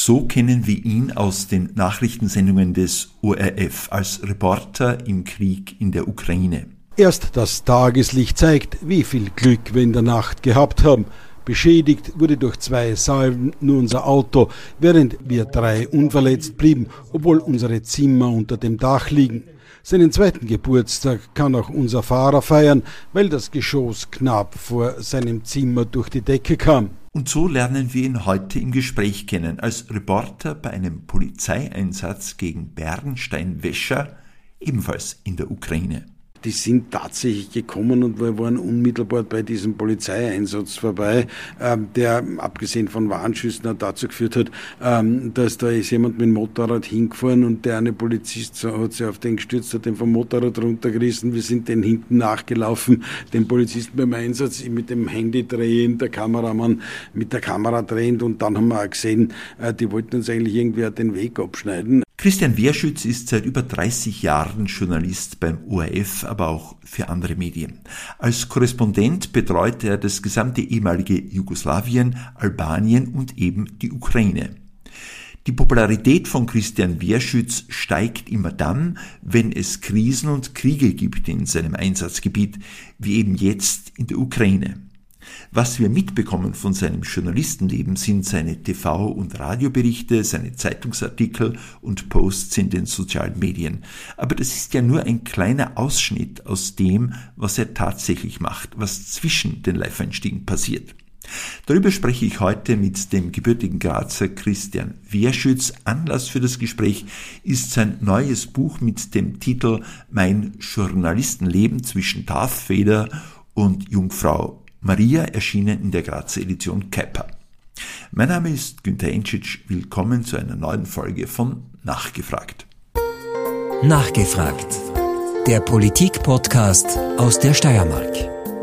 So kennen wir ihn aus den Nachrichtensendungen des ORF als Reporter im Krieg in der Ukraine. Erst das Tageslicht zeigt, wie viel Glück wir in der Nacht gehabt haben. Beschädigt wurde durch 2 Salven nur unser Auto, während wir 3 unverletzt blieben, obwohl unsere Zimmer unter dem Dach liegen. Seinen 2. Geburtstag kann auch unser Fahrer feiern, weil das Geschoss knapp vor seinem Zimmer durch die Decke kam. Und so lernen wir ihn heute im Gespräch kennen, als Reporter bei einem Polizeieinsatz gegen Bernsteinwäscher, ebenfalls in der Ukraine. Die sind tatsächlich gekommen und wir waren unmittelbar bei diesem Polizeieinsatz vorbei, der abgesehen von Warnschüssen dazu geführt hat, dass da ist jemand mit dem Motorrad hingefahren und der eine Polizist hat sich auf den gestürzt, hat den vom Motorrad runtergerissen. Wir sind den hinten nachgelaufen, den Polizisten beim Einsatz mit dem Handy drehend, der Kameramann mit der Kamera drehend, und dann haben wir auch gesehen, die wollten uns eigentlich irgendwie den Weg abschneiden. Christian Wehrschütz ist seit über 30 Jahren Journalist beim ORF, aber auch für andere Medien. Als Korrespondent betreut er das gesamte ehemalige Jugoslawien, Albanien und eben die Ukraine. Die Popularität von Christian Wehrschütz steigt immer dann, wenn es Krisen und Kriege gibt in seinem Einsatzgebiet, wie eben jetzt in der Ukraine. Was wir mitbekommen von seinem Journalistenleben sind seine TV- und Radioberichte, seine Zeitungsartikel und Posts in den sozialen Medien. Aber das ist ja nur ein kleiner Ausschnitt aus dem, was er tatsächlich macht, was zwischen den Live-Einstiegen passiert. Darüber spreche ich heute mit dem gebürtigen Grazer Christian Wehrschütz. Anlass für das Gespräch ist sein neues Buch mit dem Titel Mein Journalistenleben zwischen Darth Vader und Jungfrau Maria, erschienen in der Grazer Edition Kepper. Mein Name ist Günther Enschitsch. Willkommen zu einer neuen Folge von Nachgefragt. Nachgefragt. Der Politik-Podcast aus der Steiermark.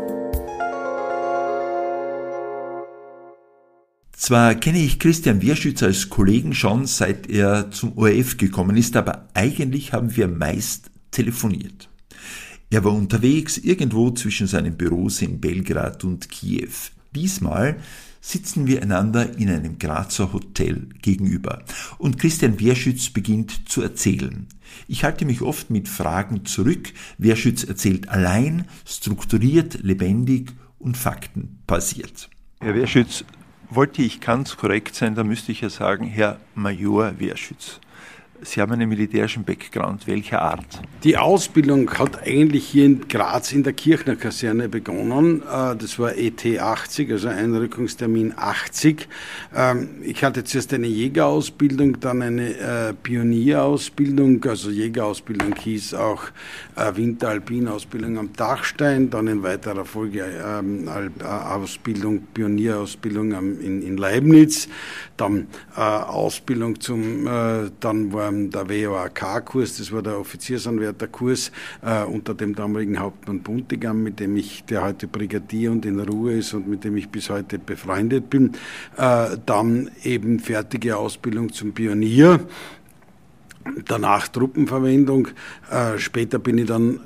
Zwar kenne ich Christian Wehrschütz als Kollegen schon, seit er zum ORF gekommen ist, aber eigentlich haben wir meist telefoniert. Er war unterwegs irgendwo zwischen seinen Büros in Belgrad und Kiew. Diesmal sitzen wir einander in einem Grazer Hotel gegenüber und Christian Wehrschütz beginnt zu erzählen. Ich halte mich oft mit Fragen zurück. Wehrschütz erzählt allein, strukturiert, lebendig und faktenbasiert. Herr Wehrschütz, wollte ich ganz korrekt sein, dann müsste ich ja sagen, Herr Major Wehrschütz. Sie haben einen militärischen Background. Welcher Art? Die Ausbildung hat eigentlich hier in Graz in der Kirchner Kaserne begonnen. Das war ET 80, also Einrückungstermin 80. Ich hatte zuerst eine Jägerausbildung, dann eine Pionierausbildung. Also Jägerausbildung hieß auch Winteralpinausbildung am Dachstein, dann in weiterer Folge Ausbildung, Pionierausbildung in Leibniz, dann Ausbildung dann war der WOAK-Kurs, das war der Offiziersanwärterkurs unter dem damaligen Hauptmann Buntigam, der heute Brigadier und in Ruhe ist und mit dem ich bis heute befreundet bin. Dann eben fertige Ausbildung zum Pionier. Danach Truppenverwendung. Später bin ich dann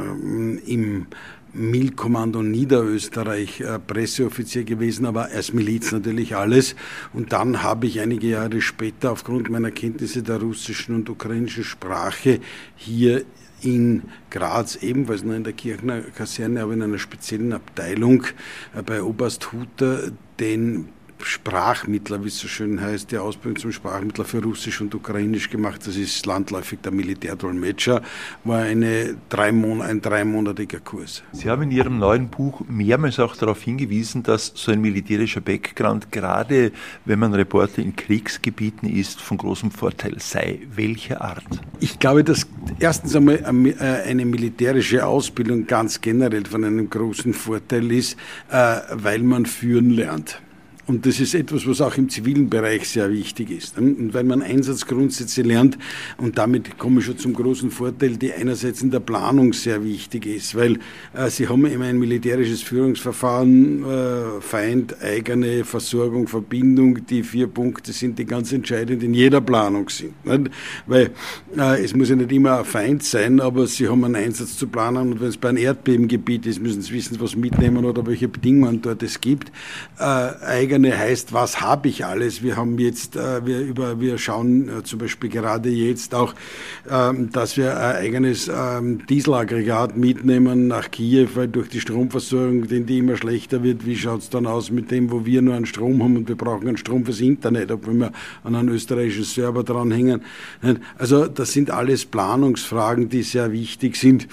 im MIL-Kommando Niederösterreich Presseoffizier gewesen, aber als Miliz natürlich alles. Und dann habe ich einige Jahre später aufgrund meiner Kenntnisse der russischen und ukrainischen Sprache hier in Graz, ebenfalls nur in der Kirchner Kaserne, aber in einer speziellen Abteilung bei Oberst Huter, den Sprachmittler, wie es so schön heißt, die Ausbildung zum Sprachmittler für Russisch und Ukrainisch gemacht. Das ist landläufig der Militärdolmetscher, war ein 3-monatiger Kurs. Sie haben in Ihrem neuen Buch mehrmals auch darauf hingewiesen, dass so ein militärischer Background, gerade wenn man Reporter in Kriegsgebieten ist, von großem Vorteil sei. Welcher Art? Ich glaube, dass erstens einmal eine militärische Ausbildung ganz generell von einem großen Vorteil ist, weil man führen lernt. Und das ist etwas, was auch im zivilen Bereich sehr wichtig ist. Und weil man Einsatzgrundsätze lernt, und damit komme ich schon zum großen Vorteil, die einerseits in der Planung sehr wichtig ist, weil Sie haben immer ein militärisches Führungsverfahren, Feind, eigene Versorgung, Verbindung, die 4 Punkte sind, die ganz entscheidend in jeder Planung sind. Nicht? Weil es muss ja nicht immer ein Feind sein, aber Sie haben einen Einsatz zu planen, und wenn es bei einem Erdbebengebiet ist, müssen Sie wissen, was mitnehmen oder welche Bedingungen dort es gibt. eigene heißt, was habe ich alles? Wir haben jetzt, wir schauen zum Beispiel gerade jetzt auch, dass wir ein eigenes Dieselaggregat mitnehmen nach Kiew, weil durch die Stromversorgung, die immer schlechter wird, wie schaut es dann aus mit dem, wo wir nur einen Strom haben und wir brauchen einen Strom fürs Internet, obwohl wir an einen österreichischen Server dranhängen. Also das sind alles Planungsfragen, die sehr wichtig sind,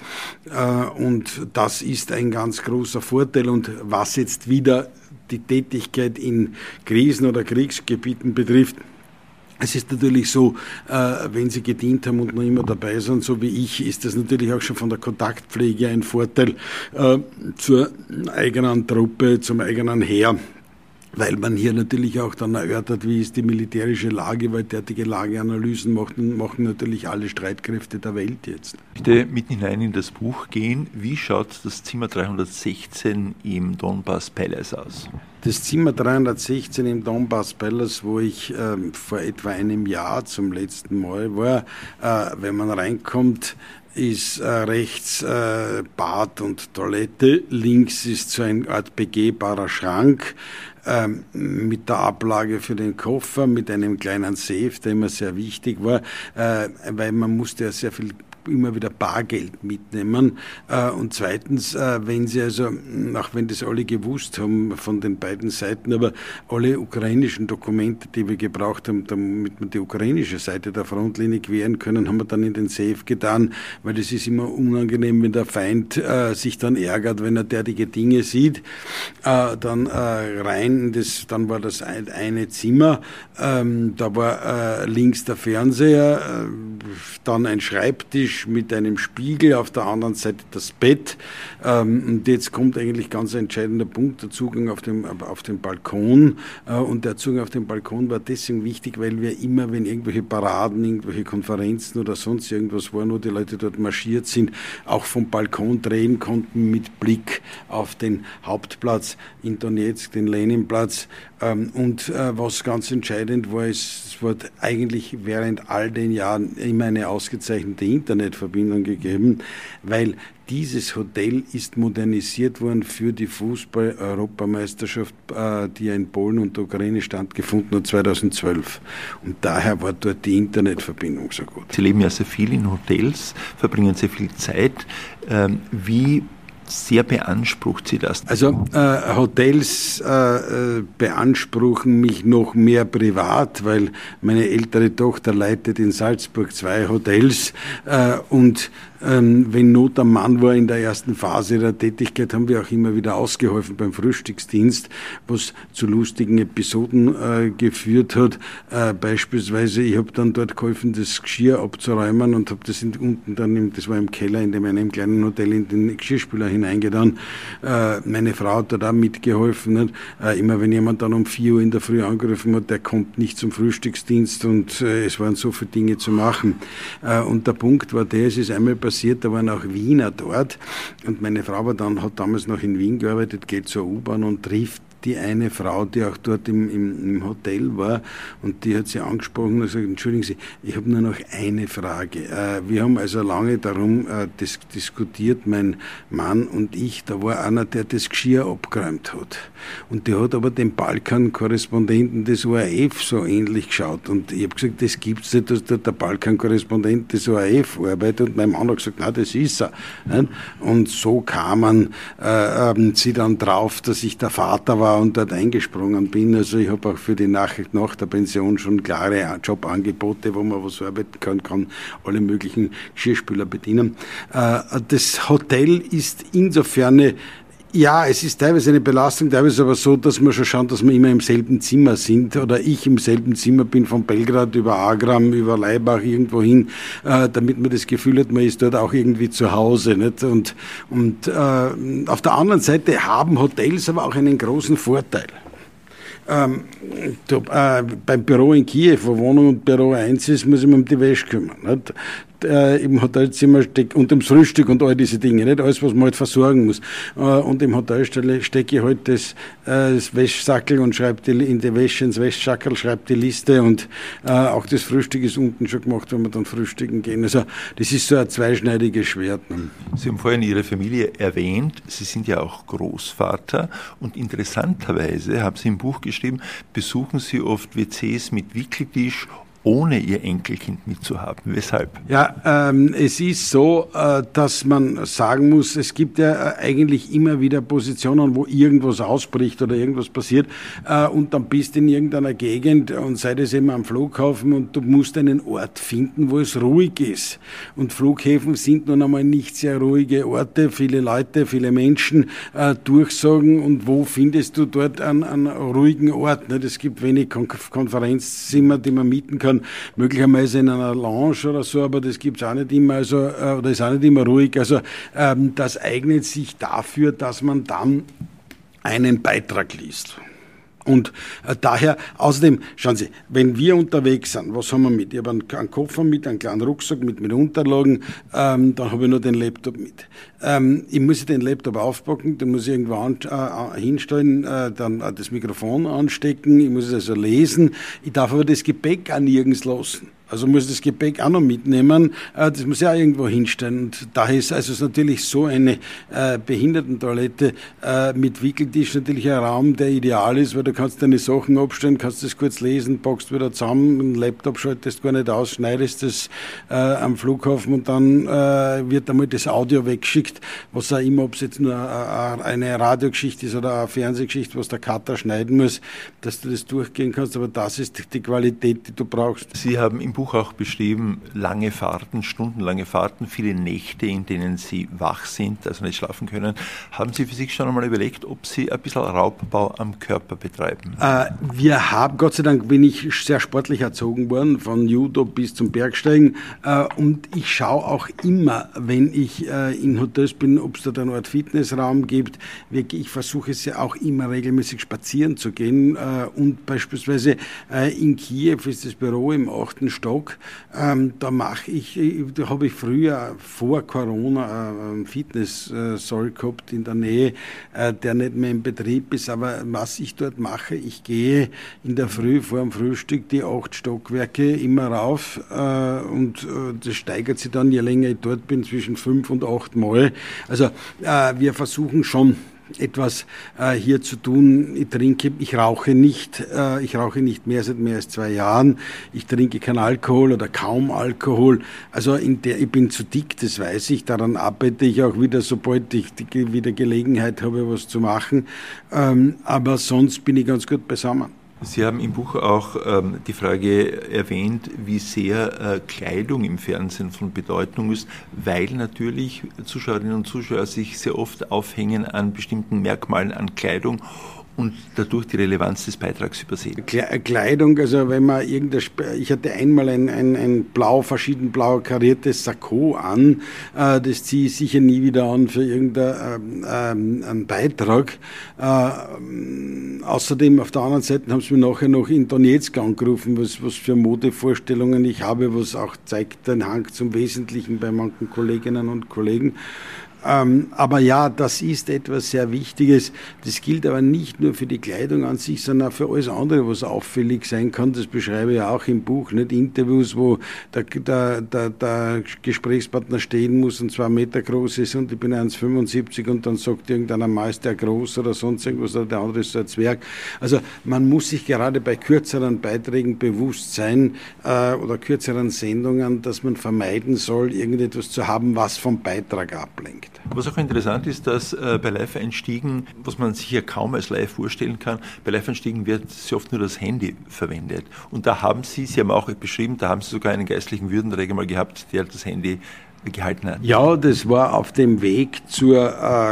und das ist ein ganz großer Vorteil. Und was jetzt wieder die Tätigkeit in Krisen- oder Kriegsgebieten betrifft, es ist natürlich so, wenn Sie gedient haben und noch immer dabei sind, so wie ich, ist das natürlich auch schon von der Kontaktpflege ein Vorteil zur eigenen Truppe, zum eigenen Heer, weil man hier natürlich auch dann erörtert, wie ist die militärische Lage, weil derartige Lageanalysen machen natürlich alle Streitkräfte der Welt jetzt. Ich möchte mitten hinein in das Buch gehen. Wie schaut das Zimmer 316 im Donbass Palace aus? Das Zimmer 316 im Donbass Palace, wo ich vor etwa einem Jahr zum letzten Mal war, wenn man reinkommt, ist rechts Bad und Toilette, links ist so eine Art begehbarer Schrank mit der Ablage für den Koffer, mit einem kleinen Safe, der immer sehr wichtig war, weil man musste ja sehr viel immer wieder Bargeld mitnehmen. Und zweitens, wenn Sie also, auch wenn das alle gewusst haben von den beiden Seiten, aber alle ukrainischen Dokumente, die wir gebraucht haben, damit wir die ukrainische Seite der Frontlinie queren können, haben wir dann in den Safe getan, weil es ist immer unangenehm, wenn der Feind sich dann ärgert, wenn er derartige Dinge sieht. Dann rein, dann war das eine Zimmer, da war links der Fernseher, dann ein Schreibtisch mit einem Spiegel, auf der anderen Seite das Bett. Und jetzt kommt eigentlich ganz ein entscheidender Punkt, der Zugang auf den Balkon. Und der Zugang auf den Balkon war deswegen wichtig, weil wir immer, wenn irgendwelche Paraden, irgendwelche Konferenzen oder sonst irgendwas waren, wo die Leute dort marschiert sind, auch vom Balkon drehen konnten mit Blick auf den Hauptplatz in Donetsk, den Leninplatz. Und was ganz entscheidend war, es wird eigentlich während all den Jahren immer eine ausgezeichnete Internetverbindung gegeben, weil dieses Hotel ist modernisiert worden für die Fußball-Europameisterschaft, die ja in Polen und der Ukraine stattgefunden hat 2012. Und daher war dort die Internetverbindung so gut. Sie leben ja sehr viel in Hotels, verbringen sehr viel Zeit. Wie sehr beansprucht Sie das? Also Hotels beanspruchen mich noch mehr privat, weil meine ältere Tochter leitet in Salzburg 2 Hotels und wenn Not am Mann war in der ersten Phase ihrer Tätigkeit, haben wir auch immer wieder ausgeholfen beim Frühstücksdienst, was zu lustigen Episoden geführt hat. Beispielsweise, ich habe dann dort geholfen, das Geschirr abzuräumen und habe das unten dann, das war im Keller in einem kleinen Hotel, in den Geschirrspüler hineingetan. Meine Frau hat dort auch mitgeholfen. Immer wenn jemand dann um 4 Uhr in der Früh angerufen hat, der kommt nicht zum Frühstücksdienst und es waren so viele Dinge zu machen. Und der Punkt war der, es ist einmal passiert, da waren auch Wiener dort und meine Frau hat damals noch in Wien gearbeitet, geht zur U-Bahn und trifft die eine Frau, die auch dort im Hotel war und die hat sie angesprochen und gesagt, entschuldigen Sie, ich habe nur noch eine Frage. Wir haben also lange darum diskutiert, mein Mann und ich, da war einer, der das Geschirr abgeräumt hat. Und der hat aber den Balkan-Korrespondenten des ORF so ähnlich geschaut. Und ich habe gesagt, das gibt's nicht, dass der Balkan-Korrespondent des ORF arbeitet. Und mein Mann hat gesagt, na, das ist er. Und so kamen sie dann drauf, dass ich der Vater war und dort eingesprungen bin. Also ich habe auch für die Nachricht nach der Pension schon klare Jobangebote, wo man was arbeiten kann alle möglichen Geschirrspüler bedienen. Das Hotel ist insofern ja, es ist teilweise eine Belastung, teilweise aber so, dass man schon schaut, dass wir immer im selben Zimmer sind oder ich im selben Zimmer bin, von Belgrad über Agram, über Laibach irgendwo hin, damit man das Gefühl hat, man ist dort auch irgendwie zu Hause. Nicht? Und auf der anderen Seite haben Hotels aber auch einen großen Vorteil. Beim Büro in Kiew, wo Wohnung und Büro 1 ist, muss ich mich um die Wäsche kümmern. Nicht? im Hotelzimmer stecke, und dem Frühstück und all diese Dinge, nicht alles, was man halt versorgen muss. Und im Hotel stecke ich halt das Wäschsackel und schreibe in die Wäsche, ins Wäschsackel, schreibe die Liste, und auch das Frühstück ist unten schon gemacht, wenn wir dann frühstücken gehen. Also das ist so ein zweischneidiges Schwert. Ne? Sie haben vorhin Ihre Familie erwähnt, Sie sind ja auch Großvater, und interessanterweise, haben Sie im Buch geschrieben, besuchen Sie oft WCs mit Wickeltisch, ohne Ihr Enkelkind mitzuhaben. Weshalb? Ja, es ist so, dass man sagen muss, es gibt ja eigentlich immer wieder Positionen, wo irgendwas ausbricht oder irgendwas passiert, und dann bist du in irgendeiner Gegend, und sei das eben am Flughafen, und du musst einen Ort finden, wo es ruhig ist. Und Flughäfen sind nun einmal nicht sehr ruhige Orte, viele Leute, viele Menschen durchsagen, und wo findest du dort einen ruhigen Ort? Es gibt wenig Konferenzzimmer, die man mieten kann, möglicherweise in einer Lounge oder so, aber das gibt's auch nicht immer, also, oder ist auch nicht immer ruhig. Also das eignet sich dafür, dass man dann einen Beitrag liest. Und daher, außerdem, schauen Sie, wenn wir unterwegs sind, was haben wir mit? Ich habe einen Koffer mit, einen kleinen Rucksack mit Unterlagen, dann habe ich nur den Laptop mit. Ich muss den Laptop aufpacken, den muss ich irgendwo hinstellen, dann das Mikrofon anstecken, ich muss es also lesen, ich darf aber das Gepäck auch nirgends lassen. Also muss ich das Gepäck auch noch mitnehmen, das muss ich auch irgendwo hinstellen. Und daher ist also natürlich so eine Behindertentoilette mit Wickeltisch natürlich ein Raum, der ideal ist, weil du kannst deine Sachen abstellen, kannst das kurz lesen, packst wieder zusammen, einen Laptop schaltest gar nicht aus, schneidest das am Flughafen, und dann wird einmal das Audio weggeschickt, was auch immer, ob es jetzt nur eine Radiogeschichte ist oder eine Fernsehgeschichte, was der Cutter schneiden muss, dass du das durchgehen kannst, aber das ist die Qualität, die du brauchst. Sie haben im Buch auch beschrieben, lange Fahrten, stundenlange Fahrten, viele Nächte, in denen Sie wach sind, also nicht schlafen können. Haben Sie für sich schon einmal überlegt, ob Sie ein bisschen Raubbau am Körper betreiben? Wir haben, Gott sei Dank bin ich sehr sportlich erzogen worden, von Judo bis zum Bergsteigen, und ich schaue auch immer, wenn ich in Hotels bin, ob es da eine Art Fitnessraum gibt. Ich versuche es ja auch immer regelmäßig spazieren zu gehen, und beispielsweise in Kiew ist das Büro im 8. Stock. Da habe ich früher vor Corona einen Fitnesssaal gehabt in der Nähe, der nicht mehr in Betrieb ist, aber was ich dort mache, ich gehe in der Früh vor dem Frühstück die 8 Stockwerke immer rauf, und das steigert sich dann, je länger ich dort bin, zwischen 5 und 8 Mal. Also wir versuchen schon etwas hier zu tun. Ich rauche nicht mehr seit mehr als 2 Jahren. Ich trinke keinen Alkohol oder kaum Alkohol. Also ich bin zu dick, das weiß ich. Daran arbeite ich auch wieder, sobald ich wieder Gelegenheit habe, was zu machen. Aber sonst bin ich ganz gut beisammen. Sie haben im Buch auch die Frage erwähnt, wie sehr Kleidung im Fernsehen von Bedeutung ist, weil natürlich Zuschauerinnen und Zuschauer sich sehr oft aufhängen an bestimmten Merkmalen an Kleidung und dadurch die Relevanz des Beitrags übersehen. Kleidung, also wenn man ich hatte einmal ein verschieden blau kariertes Sakko an, das ziehe ich sicher nie wieder an für irgendeinen Beitrag. Außerdem auf der anderen Seite haben sie mir nachher noch in Donetsk angerufen, was für Modevorstellungen ich habe, was auch zeigt den Hang zum Wesentlichen bei manchen Kolleginnen und Kollegen. Aber ja, das ist etwas sehr Wichtiges. Das gilt aber nicht nur für die Kleidung an sich, sondern auch für alles andere, was auffällig sein kann. Das beschreibe ich ja auch im Buch, nicht Interviews, wo der Gesprächspartner stehen muss und 2 Meter groß ist und ich bin 1,75 und dann sagt irgendeiner Mann, ist der groß oder sonst irgendwas, oder der andere ist so ein Zwerg. Also man muss sich gerade bei kürzeren Beiträgen bewusst sein oder kürzeren Sendungen, dass man vermeiden soll, irgendetwas zu haben, was vom Beitrag ablenkt. Was auch interessant ist, dass bei Live-Einstiegen, was man sich ja kaum als live vorstellen kann, bei Live-Einstiegen wird sehr oft nur das Handy verwendet. Und da haben Sie haben auch beschrieben, da haben Sie sogar einen geistlichen Würdenträger mal gehabt, der das Handy gehalten hat. Ja, das war auf dem Weg zur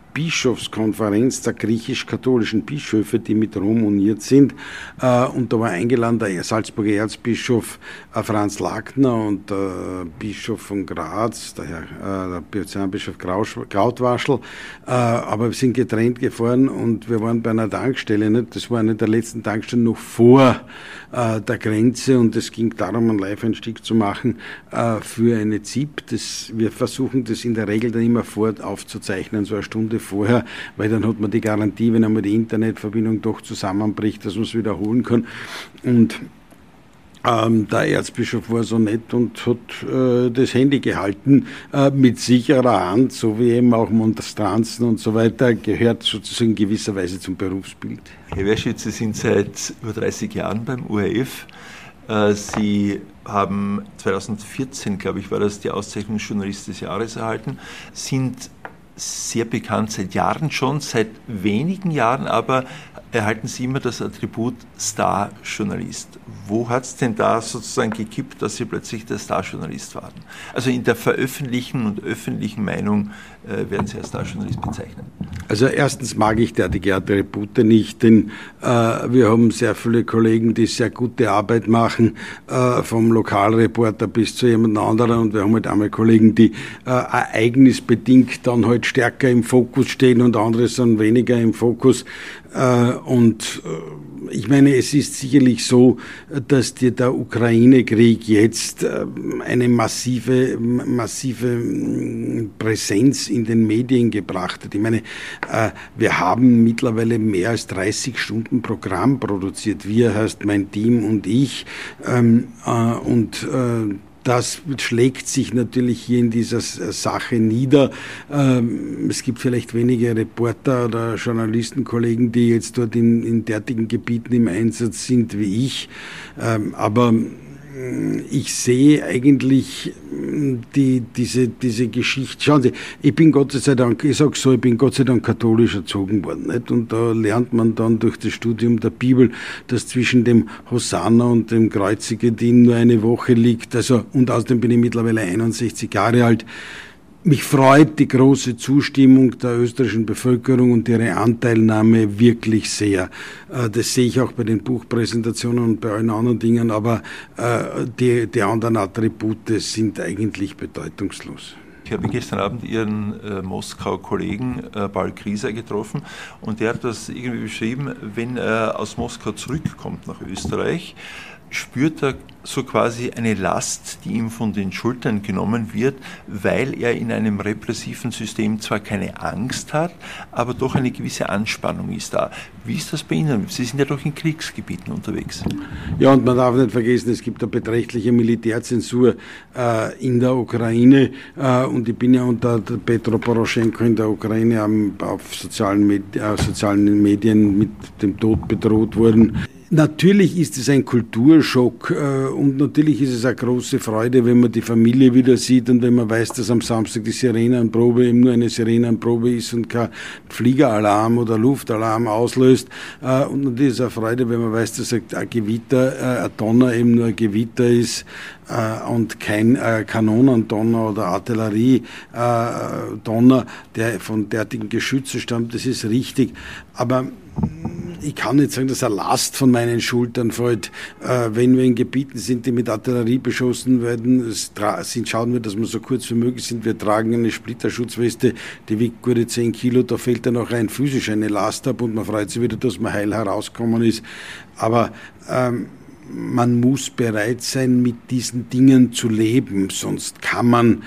Bischofskonferenz der griechisch-katholischen Bischöfe, die mit Rom uniert sind. Und da war eingeladen der Salzburger Erzbischof Franz Lackner und der Bischof von Graz, der Diözesanbischof Krautwaschel. Aber wir sind getrennt gefahren und wir waren bei einer Tankstelle. Nicht? Das war eine der letzten Tankstellen noch vor der Grenze und es ging darum, einen Live-Einstieg zu machen für eine ZIP. Wir versuchen das in der Regel dann immer aufzuzeichnen, so eine Stunde vorher, weil dann hat man die Garantie, wenn einmal die Internetverbindung doch zusammenbricht, dass man es wiederholen kann. Und der Erzbischof war so nett und hat das Handy gehalten mit sicherer Hand, so wie eben auch Monstranzen und so weiter, gehört sozusagen gewisserweise zum Berufsbild. Herr Werschitz, Sie sind seit über 30 Jahren beim ORF. Sie haben 2014, glaube ich, war das, die Auszeichnung Journalist des Jahres erhalten, sind sehr bekannt seit Jahren schon, seit wenigen Jahren, aber erhalten Sie immer das Attribut Star-Journalist. Wo hat es denn da sozusagen gekippt, dass Sie plötzlich der Star-Journalist waren? Also in der veröffentlichten und öffentlichen Meinung werden Sie als Star-Journalist bezeichnet. Also erstens mag ich derartige Attribute nicht, denn wir haben sehr viele Kollegen, die sehr gute Arbeit machen, vom Lokalreporter bis zu jemand anderem, und wir haben halt einmal Kollegen, die ereignisbedingt dann halt stärker im Fokus stehen und andere sind weniger im Fokus. Und ich meine, es ist sicherlich so, dass der Ukraine-Krieg jetzt eine massive Präsenz in den Medien gebracht hat. Ich meine, wir haben mittlerweile mehr als 30 Stunden Programm produziert. Wir, heißt mein Team und ich. Das schlägt sich natürlich hier in dieser Sache nieder. Es gibt vielleicht wenige Reporter oder Journalistenkollegen, die jetzt dort in derartigen Gebieten im Einsatz sind wie ich. Aber ich sehe eigentlich diese Geschichte. Schauen Sie, ich bin Gott sei Dank katholisch erzogen worden, nicht? Und da lernt man dann durch das Studium der Bibel, dass zwischen dem Hosanna und dem Kreuzigedienst nur eine Woche liegt. Und außerdem bin ich mittlerweile 61 Jahre alt. Mich freut die große Zustimmung der österreichischen Bevölkerung und ihre Anteilnahme wirklich sehr. Das sehe ich auch bei den Buchpräsentationen und bei allen anderen Dingen, aber die anderen Attribute sind eigentlich bedeutungslos. Ich habe gestern Abend Ihren Moskau-Kollegen Paul Krieser getroffen und der hat das irgendwie beschrieben, wenn er aus Moskau zurückkommt nach Österreich, spürt er so quasi eine Last, die ihm von den Schultern genommen wird, weil er in einem repressiven System zwar keine Angst hat, aber doch eine gewisse Anspannung ist da. Wie ist das bei Ihnen? Sie sind ja doch in Kriegsgebieten unterwegs. Ja, und man darf nicht vergessen, es gibt eine beträchtliche Militärzensur in der Ukraine und ich bin ja unter Petro Poroschenko in der Ukraine auf sozialen Medien mit dem Tod bedroht worden. Natürlich ist es ein Kulturschock und natürlich ist es eine große Freude, wenn man die Familie wieder sieht und wenn man weiß, dass am Samstag die Sirenenprobe eben nur eine Sirenenprobe ist und kein Fliegeralarm oder Luftalarm auslöst. Und natürlich ist es eine Freude, wenn man weiß, dass ein Gewitter, ein Donner eben nur ein Gewitter ist und kein Kanonendonner oder Artillerie-Donner, der von derartigen Geschützen stammt. Das ist richtig. Aber ich kann nicht sagen, dass eine Last von meinen Schultern fällt. Wenn wir in Gebieten sind, die mit Artillerie beschossen werden, schauen wir, dass wir so kurz wie möglich sind. Wir tragen eine Splitterschutzweste, die wiegt gute 10 Kilo. Da fällt dann auch rein physisch eine Last ab und man freut sich wieder, dass man heil herausgekommen ist. Aber man muss bereit sein, mit diesen Dingen zu leben, sonst kann man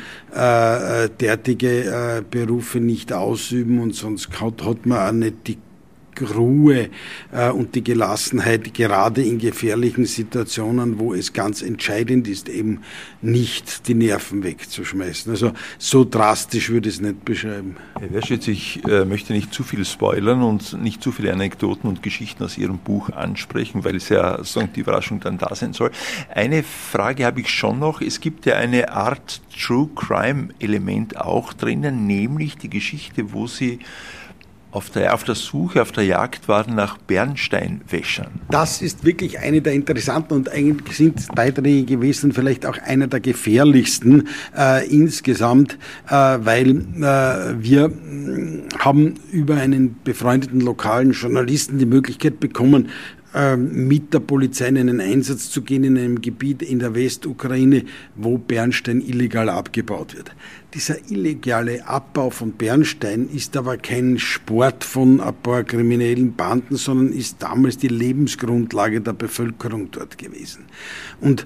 derartige Berufe nicht ausüben und sonst hat man auch nicht die Ruhe und die Gelassenheit, gerade in gefährlichen Situationen, wo es ganz entscheidend ist, eben nicht die Nerven wegzuschmeißen. Also so drastisch würde ich es nicht beschreiben. Herr Werschitz, ich möchte nicht zu viel spoilern und nicht zu viele Anekdoten und Geschichten aus Ihrem Buch ansprechen, weil es ja sozusagen die Überraschung dann da sein soll. Eine Frage habe ich schon noch. Es gibt ja eine Art True Crime Element auch drinnen, nämlich die Geschichte, wo Sie auf der Suche, auf der Jagd waren nach Bernsteinwäschern. Das ist wirklich eine der interessanten und eigentlich sind Beiträge gewesen, vielleicht auch einer der gefährlichsten insgesamt, weil wir haben über einen befreundeten lokalen Journalisten die Möglichkeit bekommen, mit der Polizei in einen Einsatz zu gehen in einem Gebiet in der Westukraine, wo Bernstein illegal abgebaut wird. Dieser illegale Abbau von Bernstein ist aber kein Sport von ein paar kriminellen Banden, sondern ist damals die Lebensgrundlage der Bevölkerung dort gewesen. Und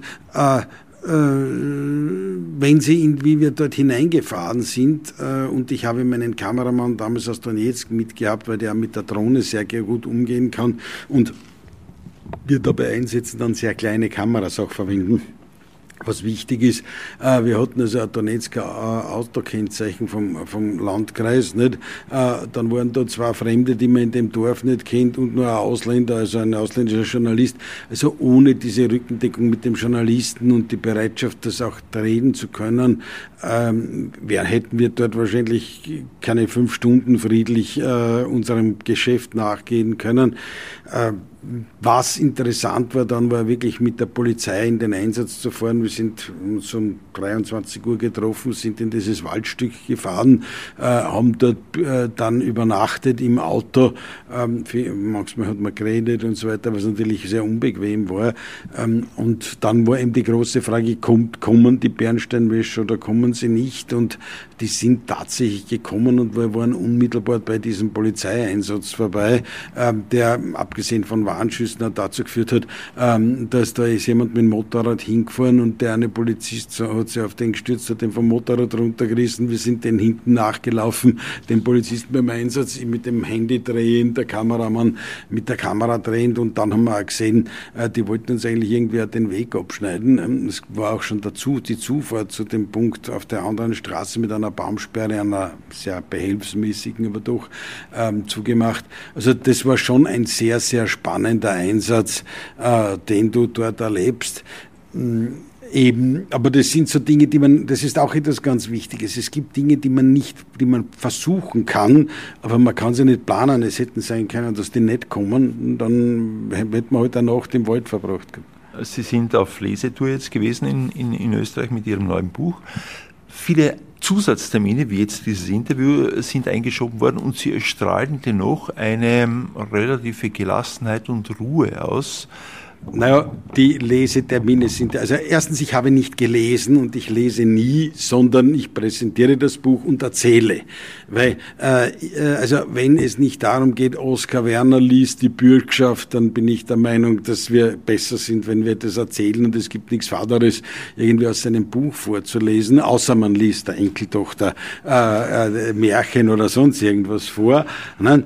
wenn wie wir dort hineingefahren sind, und ich habe meinen Kameramann damals aus Donetsk mitgehabt, weil der mit der Drohne sehr gut umgehen kann und wir dabei einsetzen, dann sehr kleine Kameras auch verwenden. Was wichtig ist, wir hatten also ein Donetsker Autokennzeichen vom Landkreis, nicht? Dann waren da zwei Fremde, die man in dem Dorf nicht kennt und nur ein Ausländer, also ein ausländischer Journalist. Also ohne diese Rückendeckung mit dem Journalisten und die Bereitschaft, das auch reden zu können, hätten wir dort wahrscheinlich keine 5 Stunden friedlich unserem Geschäft nachgehen können. Was interessant war, dann war wirklich mit der Polizei in den Einsatz zu fahren. Wir sind uns um 23 Uhr getroffen, sind in dieses Waldstück gefahren, haben dort dann übernachtet im Auto. Manchmal hat man geredet und so weiter, was natürlich sehr unbequem war. Und dann war eben die große Frage, kommen die Bernsteinwäscher oder kommen sie nicht? Und die sind tatsächlich gekommen und wir waren unmittelbar bei diesem Polizeieinsatz vorbei, der abgesehen von Warnschüssen dazu geführt hat, dass da ist jemand mit dem Motorrad hingefahren und der eine Polizist hat sich auf den gestürzt, hat den vom Motorrad runtergerissen. Wir sind den hinten nachgelaufen, den Polizisten beim Einsatz mit dem Handy drehend, der Kameramann mit der Kamera drehend und dann haben wir auch gesehen, die wollten uns eigentlich irgendwie den Weg abschneiden. Es war auch schon die Zufahrt zu dem Punkt auf der anderen Straße mit einer Baumsperre, einer sehr behelfsmäßigen, aber doch zugemacht. Also das war schon ein sehr, sehr spannender Einsatz, den du dort erlebst. Aber das sind so Dinge, das ist auch etwas ganz Wichtiges. Es gibt Dinge, die man versuchen kann, aber man kann sie nicht planen. Es hätten sein können, dass die nicht kommen, dann hätte man halt eine Nacht im Wald verbracht. Sie sind auf Lesetour jetzt gewesen in Österreich mit Ihrem neuen Buch. Viele Zusatztermine, wie jetzt dieses Interview, sind eingeschoben worden und Sie erstrahlen dennoch eine relative Gelassenheit und Ruhe aus. Naja, die Lesetermine sind, also erstens, ich habe nicht gelesen und ich lese nie, sondern ich präsentiere das Buch und erzähle. Weil, also wenn es nicht darum geht, Oskar Werner liest die Bürgschaft, dann bin ich der Meinung, dass wir besser sind, wenn wir das erzählen und es gibt nichts Faderes, irgendwie aus seinem Buch vorzulesen, außer man liest der Enkeltochter Märchen oder sonst irgendwas vor. Nein?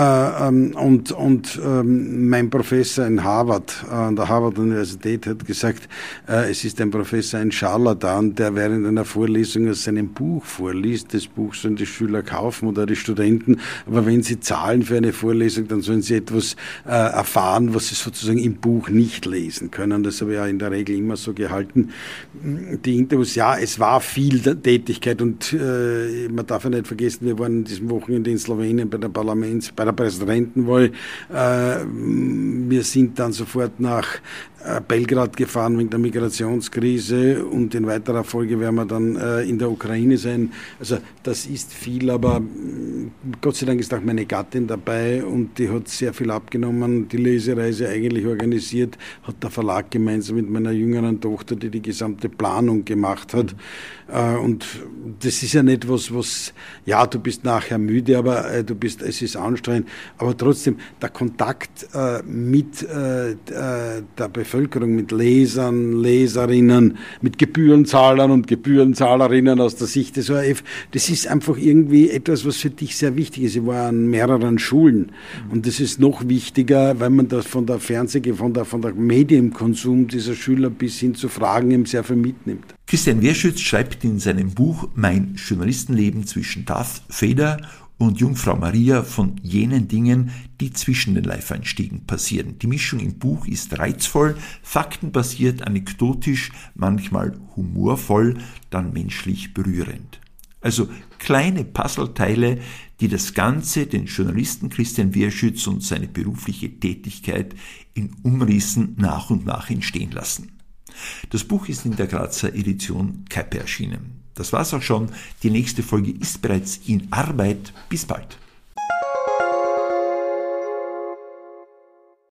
Mein Professor in Harvard, an der Harvard-Universität hat gesagt, es ist ein Professor, ein Scharlatan, der während einer Vorlesung aus seinem Buch vorliest. Das Buch sollen die Schüler kaufen oder die Studenten, aber wenn sie zahlen für eine Vorlesung, dann sollen sie etwas erfahren, was sie sozusagen im Buch nicht lesen können. Das habe ich ja in der Regel immer so gehalten. Die Interviews, ja, es war viel Tätigkeit und man darf ja nicht vergessen, wir waren in diesem Wochenende in Slowenien bei der Präsidentenwahl. Wir sind dann sofort nach Belgrad gefahren wegen der Migrationskrise und in weiterer Folge werden wir dann in der Ukraine sein. Also das ist viel, aber Gott sei Dank ist auch meine Gattin dabei und die hat sehr viel abgenommen, die Lesereise eigentlich organisiert, hat der Verlag gemeinsam mit meiner jüngeren Tochter, die gesamte Planung gemacht hat. Und das ist ja nicht was, ja, du bist nachher müde, aber es ist anstrengend, aber trotzdem der Kontakt mit der Bevölkerung, mit Lesern, Leserinnen, mit Gebührenzahlern und Gebührenzahlerinnen aus der Sicht des ORF, das ist einfach irgendwie etwas, was für dich sehr wichtig ist. Ich war an mehreren Schulen und das ist noch wichtiger, weil man das von der von der Medienkonsum dieser Schüler bis hin zu Fragen eben sehr viel mitnimmt. Christian Werschütz schreibt in seinem Buch Mein Journalistenleben zwischen Darth Vader und Jungfrau Maria von jenen Dingen, die zwischen den Live-Einstiegen passieren. Die Mischung im Buch ist reizvoll, faktenbasiert, anekdotisch, manchmal humorvoll, dann menschlich berührend. Also kleine Puzzleteile, die das Ganze, den Journalisten Christian Wierschütz und seine berufliche Tätigkeit in Umrissen nach und nach entstehen lassen. Das Buch ist in der Grazer Edition Kaipe erschienen. Das war's auch schon. Die nächste Folge ist bereits in Arbeit. Bis bald.